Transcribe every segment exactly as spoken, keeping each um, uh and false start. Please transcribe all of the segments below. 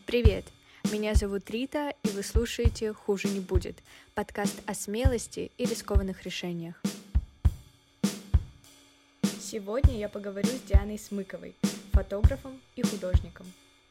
Привет! Меня зовут Рита, и вы слушаете «Хуже не будет» — подкаст о смелости и рискованных решениях. Сегодня я поговорю с Дианой Смыковой, фотографом и художником.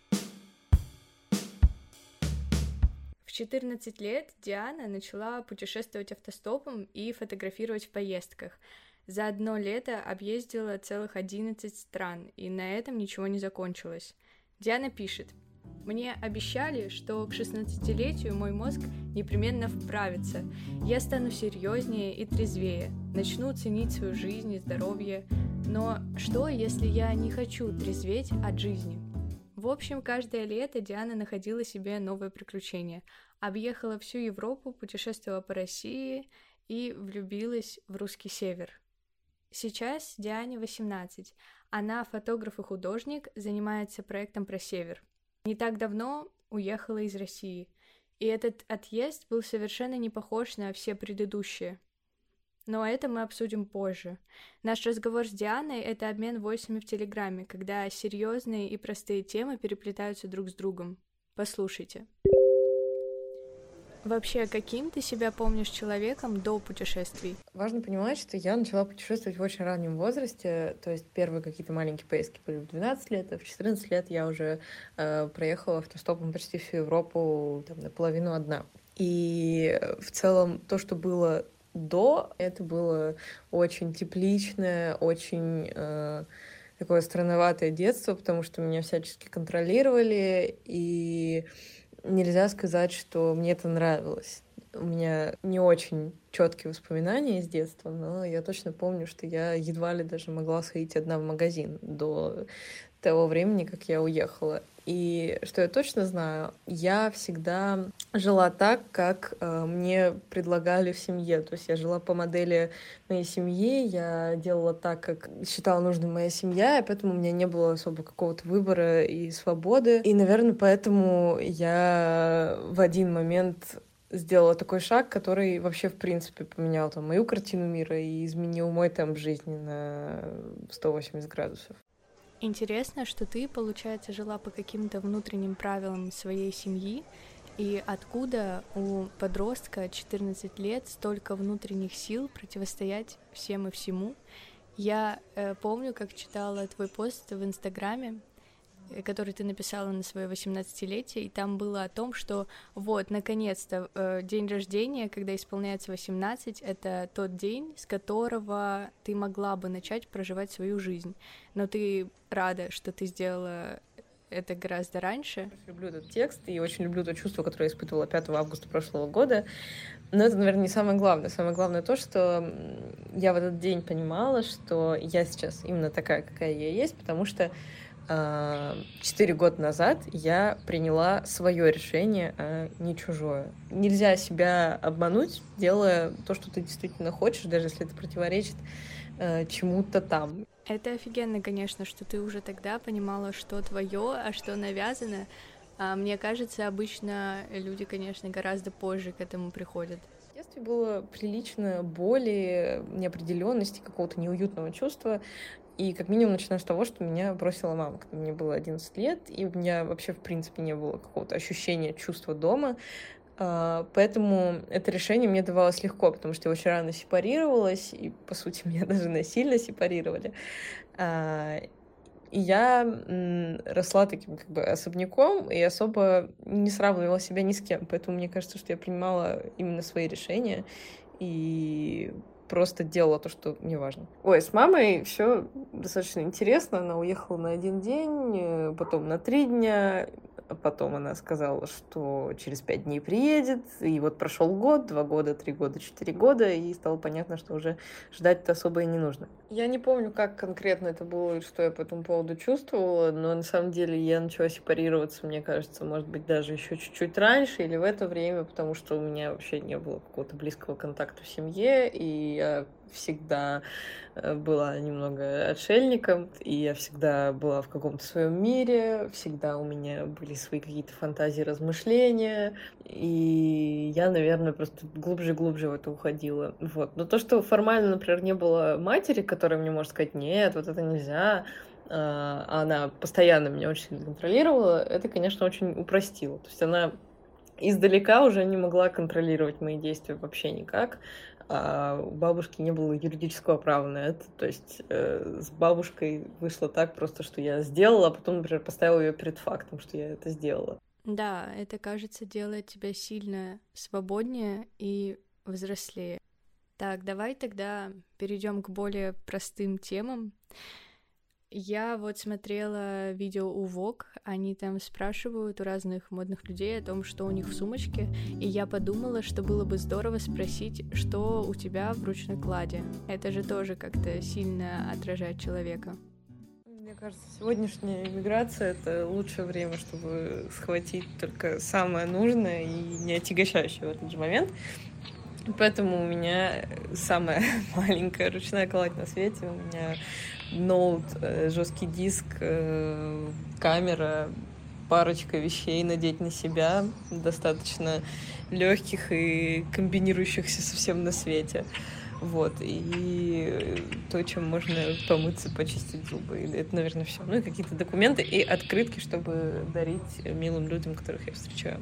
В четырнадцать лет Диана начала путешествовать автостопом и фотографировать в поездках. За одно лето объездила целых одиннадцать стран, и на этом ничего не закончилось. Диана пишет: «Мне обещали, что к шестнадцатилетию мой мозг непременно вправится. Я стану серьезнее и трезвее, начну ценить свою жизнь и здоровье. Но что, если я не хочу трезветь от жизни?» В общем, каждое лето Диана находила себе новое приключение. Объехала всю Европу, путешествовала по России и влюбилась в русский север. Сейчас Диане восемнадцать. Она фотограф и художник, занимается проектом про север. Не так давно уехала из России, и этот отъезд был совершенно не похож на все предыдущие. Но это мы обсудим позже. Наш разговор с Дианой — это обмен войсами в Телеграме, когда серьезные и простые темы переплетаются друг с другом. Послушайте. Вообще, каким ты себя помнишь человеком до путешествий? Важно понимать, что я начала путешествовать в очень раннем возрасте, то есть первые какие-то маленькие поездки были в двенадцать лет, а в четырнадцать лет я уже э, проехала автостопом почти всю Европу, там, наполовину одна. И в целом то, что было до, это было очень тепличное, очень э, такое странноватое детство, потому что меня всячески контролировали, и нельзя сказать, что мне это нравилось. У меня не очень четкие воспоминания из детства, но я точно помню, что я едва ли даже могла сходить одна в магазин до того времени, как я уехала. И что я точно знаю, я всегда жила так, как э, мне предлагали в семье. То есть я жила по модели моей семьи, я делала так, как считала нужным моя семья, и поэтому у меня не было особо какого-то выбора и свободы. И, наверное, поэтому я в один момент сделала такой шаг, который вообще, в принципе, поменял там мою картину мира и изменил мой темп жизни на сто восемьдесят градусов. Интересно, что ты, получается, жила по каким-то внутренним правилам своей семьи, и откуда у подростка четырнадцать лет столько внутренних сил противостоять всем и всему. Я э, помню, как читала твой пост в Инстаграме, который ты написала на свое восемнадцатилетие, и там было о том, что вот, наконец-то, э, день рождения, когда исполняется восемнадцать, это тот день, с которого ты могла бы начать проживать свою жизнь. Но ты рада, что ты сделала это гораздо раньше. Я очень люблю этот текст и очень люблю то чувство, которое я испытывала пятого августа прошлого года. Но это, наверное, не самое главное. Самое главное то, что я в этот день понимала, что я сейчас именно такая, какая я есть, потому что Четыре года назад я приняла свое решение, а не чужое. Нельзя себя обмануть, делая то, что ты действительно хочешь, даже если это противоречит э, чему-то там. Это офигенно, конечно, что ты уже тогда понимала, что твое, а что навязано. А мне кажется, обычно люди, конечно, гораздо позже к этому приходят. В детстве было прилично боли, неопределенности, какого-то неуютного чувства. И как минимум начиная с того, что меня бросила мама, когда мне было одиннадцать лет, и у меня вообще, в принципе, не было какого-то ощущения, чувства дома. Поэтому это решение мне давалось легко, потому что я очень рано сепарировалась, и, по сути, меня даже насильно сепарировали. И я росла таким как бы особняком и особо не сравнивала себя ни с кем. Поэтому мне кажется, что я принимала именно свои решения и просто делала то, что мне важно. Ой, с мамой все достаточно интересно. Она уехала на один день, потом на три дня. Потом она сказала, что через пять дней приедет. И вот прошел год, два года, три года, четыре года, и стало понятно, что уже ждать-то особо и не нужно. Я не помню, как конкретно это было и что я по этому поводу чувствовала, но на самом деле я начала сепарироваться, мне кажется, может быть, даже еще чуть-чуть раньше или в это время, потому что у меня вообще не было какого-то близкого контакта в семье, и я всегда была немного отшельником, и я всегда была в каком-то своем мире, всегда у меня были свои какие-то фантазии, размышления, и я, наверное, просто глубже и глубже в это уходила. Вот. Но то, что формально, например, не было матери, которая мне может сказать: нет, вот это нельзя, а она постоянно меня очень сильно контролировала, это, конечно, очень упростило. То есть она издалека уже не могла контролировать мои действия вообще никак. А у бабушки не было юридического права на это. То есть э, с бабушкой вышло так просто, что я сделала, а потом, например, поставила ее перед фактом, что я это сделала. Да, это, кажется, делает тебя сильно свободнее и взрослее. Так, давай тогда перейдем к более простым темам. Я вот смотрела видео у Vogue, они там спрашивают у разных модных людей о том, что у них в сумочке, и я подумала, что было бы здорово спросить, что у тебя в ручной кладе. Это же тоже как-то сильно отражает человека. Мне кажется, сегодняшняя иммиграция — это лучшее время, чтобы схватить только самое нужное и не отягощающее в этот же момент. Поэтому у меня самая маленькая ручная кладь на свете. У меня ноут, жесткий диск, камера, парочка вещей надеть на себя, достаточно легких и комбинирующихся со всем на свете. Вот, и то, чем можно помыться, почистить зубы. И это, наверное, все. Ну и какие-то документы и открытки, чтобы дарить милым людям, которых я встречаю.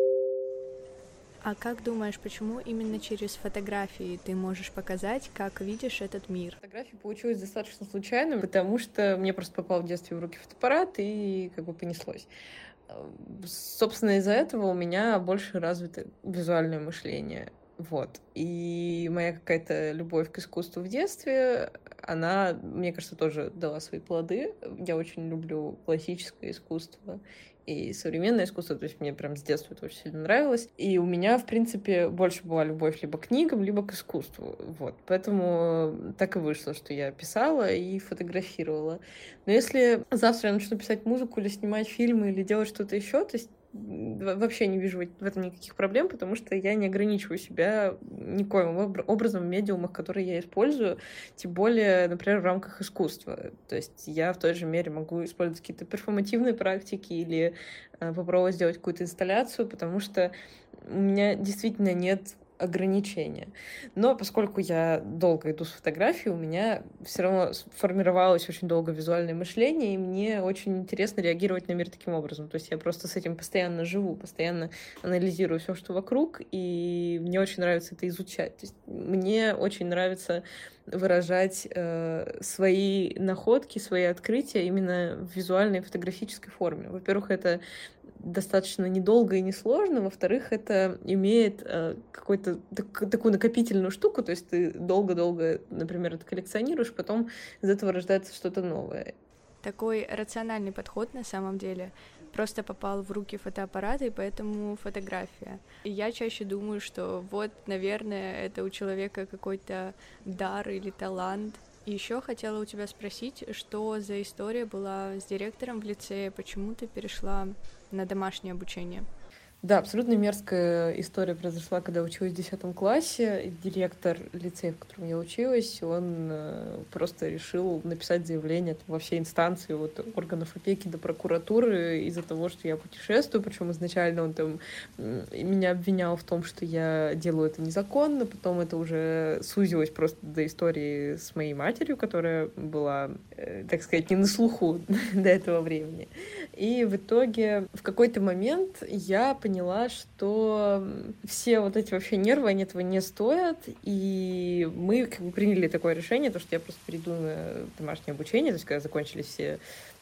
А как думаешь, почему именно через фотографии ты можешь показать, как видишь этот мир? Фотография получилась достаточно случайно, потому что мне просто попал в детстве в руки фотоаппарат, и как бы понеслось. Собственно, из-за этого у меня больше развито визуальное мышление. Вот. И моя какая-то любовь к искусству в детстве, она, мне кажется, тоже дала свои плоды. Я очень люблю классическое искусство и современное искусство, то есть мне прям с детства это очень сильно нравилось. И у меня, в принципе, больше была любовь либо к книгам, либо к искусству. Вот. Поэтому так и вышло, что я писала и фотографировала. Но если завтра я начну писать музыку или снимать фильмы, или делать что-то еще, то есть вообще не вижу в этом никаких проблем, потому что я не ограничиваю себя никоим образом в медиумах, которые я использую, тем более, например, в рамках искусства. То есть я в той же мере могу использовать какие-то перформативные практики или э, попробовать сделать какую-то инсталляцию, потому что у меня действительно нет ограничения. Но поскольку я долго иду с фотографией, у меня все равно формировалось очень долго визуальное мышление, и мне очень интересно реагировать на мир таким образом. То есть я просто с этим постоянно живу, постоянно анализирую все, что вокруг, и мне очень нравится это изучать. То есть мне очень нравится выражать э, свои находки, свои открытия именно в визуальной фотографической форме. Во-первых, это достаточно недолго и несложно, во-вторых, это имеет э, какую-то так, такую накопительную штуку, то есть ты долго-долго, например, это коллекционируешь, потом из этого рождается что-то новое. Такой рациональный подход на самом деле. Просто попал в руки фотоаппарата, и поэтому фотография. И я чаще думаю, что вот, наверное, это у человека какой-то дар или талант. И еще хотела у тебя спросить, что за история была с директором в лицее, почему ты перешла на домашнее обучение? Да, абсолютно мерзкая история произошла, когда училась в десятом классе. Директор лицея, в котором я училась, он э, просто решил написать заявление во все инстанции, от органов опеки до прокуратуры, из-за того, что я путешествую. Причем изначально он там меня обвинял в том, что я делаю это незаконно. Потом это уже сузилось просто до истории с моей матерью, которая была, э, так сказать, не на слуху до этого времени. И в итоге в какой-то момент я поняла, что все вот эти вообще нервы, они этого не стоят, и мы как бы приняли такое решение, то, что я просто перейду на домашнее обучение, то есть когда закончились все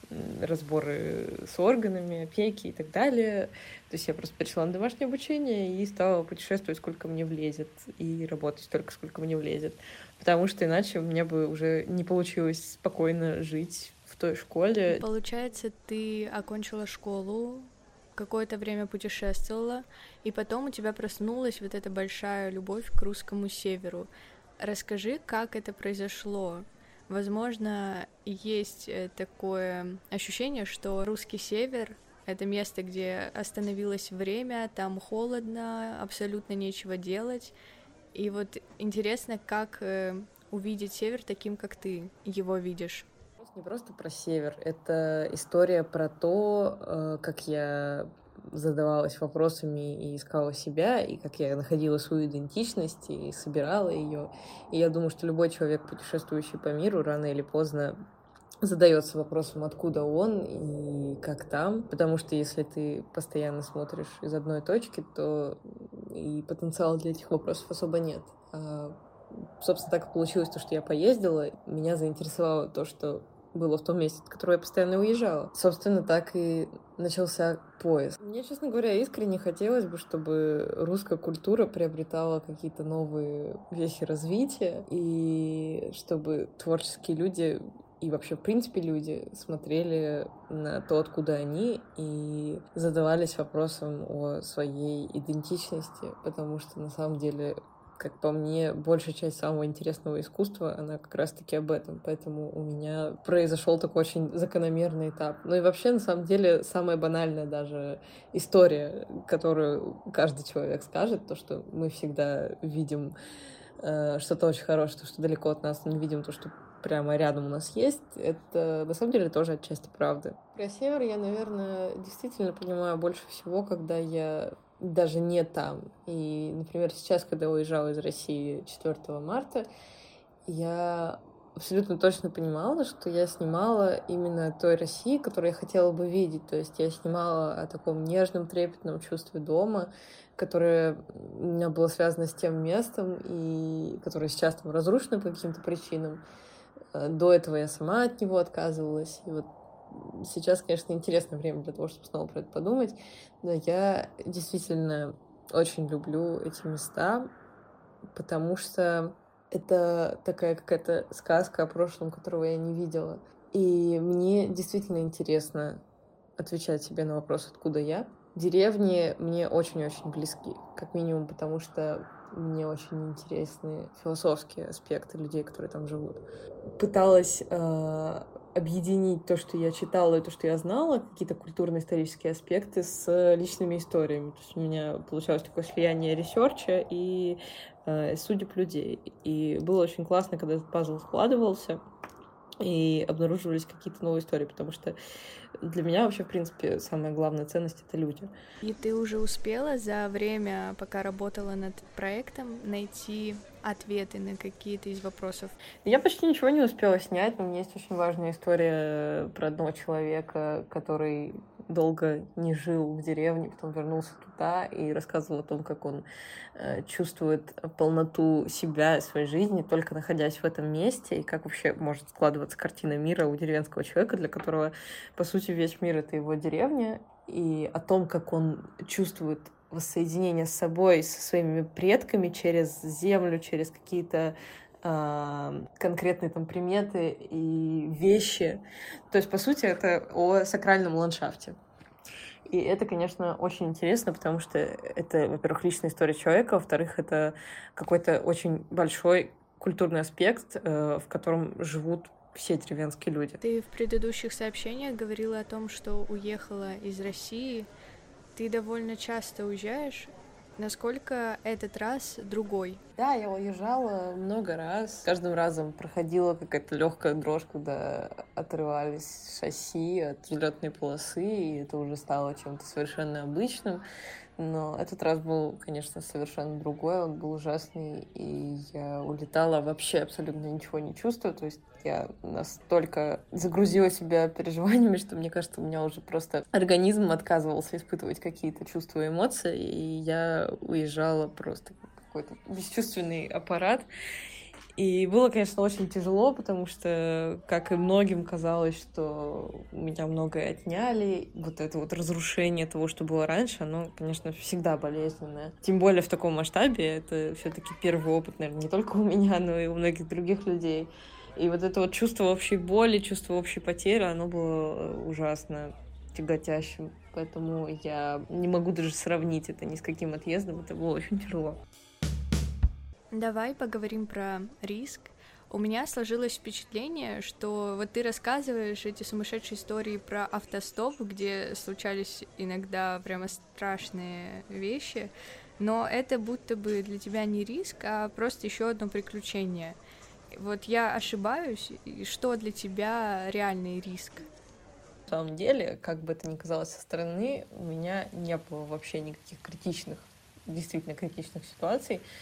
разборы с органами, опеки и так далее, то есть я просто перешла на домашнее обучение и стала путешествовать, сколько мне влезет, и работать столько, сколько мне влезет, потому что иначе у меня бы уже не получилось спокойно жить в той школе. Получается, ты окончила школу, какое-то время путешествовала, и потом у тебя проснулась вот эта большая любовь к русскому северу. Расскажи, как это произошло. Возможно, есть такое ощущение, что русский север — это место, где остановилось время, там холодно, абсолютно нечего делать. И вот интересно, как увидеть север таким, как ты его видишь. Не просто про север, это история про то, как я задавалась вопросами и искала себя, и как я находила свою идентичность и собирала ее. И я думаю, что любой человек, путешествующий по миру, рано или поздно задается вопросом, откуда он и как там, потому что если ты постоянно смотришь из одной точки, то и потенциала для этих вопросов особо нет. А, собственно, так и получилось то, что я поездила, меня заинтересовало то, что было в том месте, от которого я постоянно уезжала. Собственно, так и начался поиск. Мне, честно говоря, искренне хотелось бы, чтобы русская культура приобретала какие-то новые вехи развития, и чтобы творческие люди и вообще, в принципе, люди смотрели на то, откуда они, и задавались вопросом о своей идентичности, потому что, на самом деле, как по мне, большая часть самого интересного искусства, она как раз-таки об этом. Поэтому у меня произошел такой очень закономерный этап. Ну и вообще, на самом деле, самая банальная даже история, которую каждый человек скажет, то, что мы всегда видим э, что-то очень хорошее, то, что далеко от нас, не видим то, что прямо рядом у нас есть, это на самом деле тоже отчасти правда. Про север я, наверное, действительно понимаю больше всего, когда я даже не там. И, например, сейчас, когда я уезжала из России четвёртого марта, я абсолютно точно понимала, что я снимала именно той России, которую я хотела бы видеть. То есть я снимала о таком нежном, трепетном чувстве дома, которое у меня было связано с тем местом, и которое сейчас там разрушено по каким-то причинам. До этого я сама от него отказывалась. И вот сейчас, конечно, интересное время для того, чтобы снова про это подумать. Но я действительно очень люблю эти места, потому что это такая какая-то сказка о прошлом, которого я не видела. И мне действительно интересно отвечать себе на вопрос, откуда я. Деревни мне очень-очень близки, как минимум, потому что мне очень интересны философские аспекты людей, которые там живут. Пыталась э, объединить то, что я читала, и то, что я знала, какие-то культурно-исторические аспекты с личными историями. То есть у меня получалось такое слияние ресерча и э, судеб людей. И было очень классно, когда этот пазл складывался, и обнаруживались какие-то новые истории, потому что для меня вообще, в принципе, самая главная ценность — это люди. И ты уже успела за время, пока работала над проектом, найти ответы на какие-то из вопросов? Я почти ничего не успела снять, но у меня есть очень важная история про одного человека, который долго не жил в деревне, потом вернулся туда и рассказывал о том, как он э, чувствует полноту себя и своей жизни, только находясь в этом месте, и как вообще может складываться картина мира у деревенского человека, для которого, по сути, весь мир — это его деревня, и о том, как он чувствует воссоединение с собой, со своими предками через землю, через какие-то э, конкретные там приметы и вещи. То есть, по сути, это о сакральном ландшафте. И это, конечно, очень интересно, потому что это, во-первых, личная история человека, во-вторых, это какой-то очень большой культурный аспект, э, в котором живут все деревенские люди. Ты в предыдущих сообщениях говорила о том, что уехала из России. Ты довольно часто уезжаешь. Насколько этот раз другой? Да, я уезжала много раз. Каждым разом проходила какая-то легкая дрожь, когда отрывались шасси от взлетной полосы, и это уже стало чем-то совершенно обычным. Но этот раз был, конечно, совершенно другой, он был ужасный, и я улетала вообще абсолютно ничего не чувствуя, то есть я настолько загрузила себя переживаниями, что, мне кажется, у меня уже просто организм отказывался испытывать какие-то чувства и эмоции, и я уезжала просто какой-то бесчувственный аппарат. И было, конечно, очень тяжело, потому что, как и многим казалось, что у меня многое отняли. Вот это вот разрушение того, что было раньше, оно, конечно, всегда болезненное. Тем более в таком масштабе. Это все-таки первый опыт, наверное, не только у меня, но и у многих других людей. И вот это вот чувство общей боли, чувство общей потери, оно было ужасно тяготящим. Поэтому я не могу даже сравнить это ни с каким отъездом. Это было очень тяжело. Давай поговорим про риск. У меня сложилось впечатление, что вот ты рассказываешь эти сумасшедшие истории про автостоп, где случались иногда прямо страшные вещи, но это будто бы для тебя не риск, а просто еще одно приключение. Вот я ошибаюсь, и что для тебя реальный риск? На самом деле, как бы это ни казалось со стороны, у меня не было вообще никаких критичных, действительно критичных ситуаций.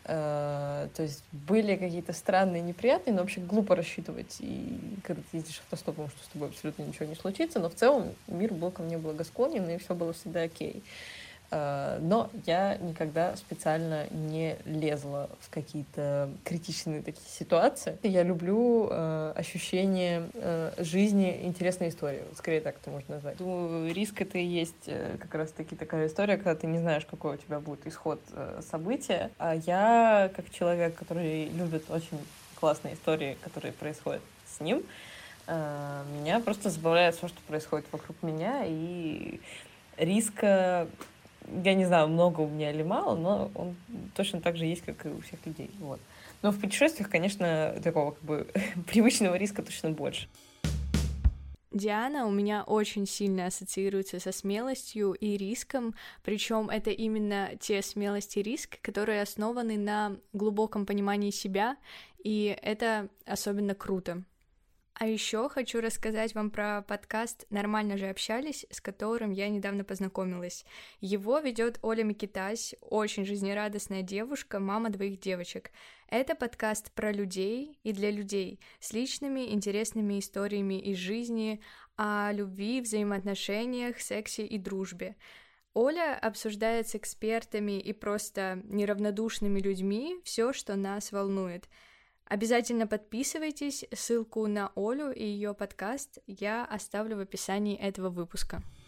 Э, то есть были какие-то странные, неприятные, но вообще глупо рассчитывать, и когда ты ездишь автостопом, что с тобой абсолютно ничего не случится, но в целом мир был ко мне благосклонен, и все было всегда окей. Э, но я никогда специально не лезла в какие-то критичные такие ситуации. Я люблю э, ощущение э, жизни, интересной истории. Вот скорее так это можно назвать. Думаю, риск — это и есть э, как раз-таки такая история, когда ты не знаешь, какой у тебя будет исход э, события. А я, как человек, который любит очень классные истории, которые происходят с ним, э, меня просто забавляет все, что происходит вокруг меня, и риска, я не знаю, много у меня или мало, но он точно так же есть, как и у всех людей. Вот. Но в путешествиях, конечно, такого как бы привычного риска точно больше. Диана у меня очень сильно ассоциируется со смелостью и риском, причем это именно те смелость и риск, которые основаны на глубоком понимании себя, и это особенно круто. А еще хочу рассказать вам про подкаст «Нормально же общались», с которым я недавно познакомилась. Его ведет Оля Микитась, очень жизнерадостная девушка, мама двоих девочек. Это подкаст про людей и для людей, с личными интересными историями из жизни, о любви, взаимоотношениях, сексе и дружбе. Оля обсуждает с экспертами и просто неравнодушными людьми все, что нас волнует. Обязательно подписывайтесь, ссылку на Олю и ее подкаст я оставлю в описании этого выпуска.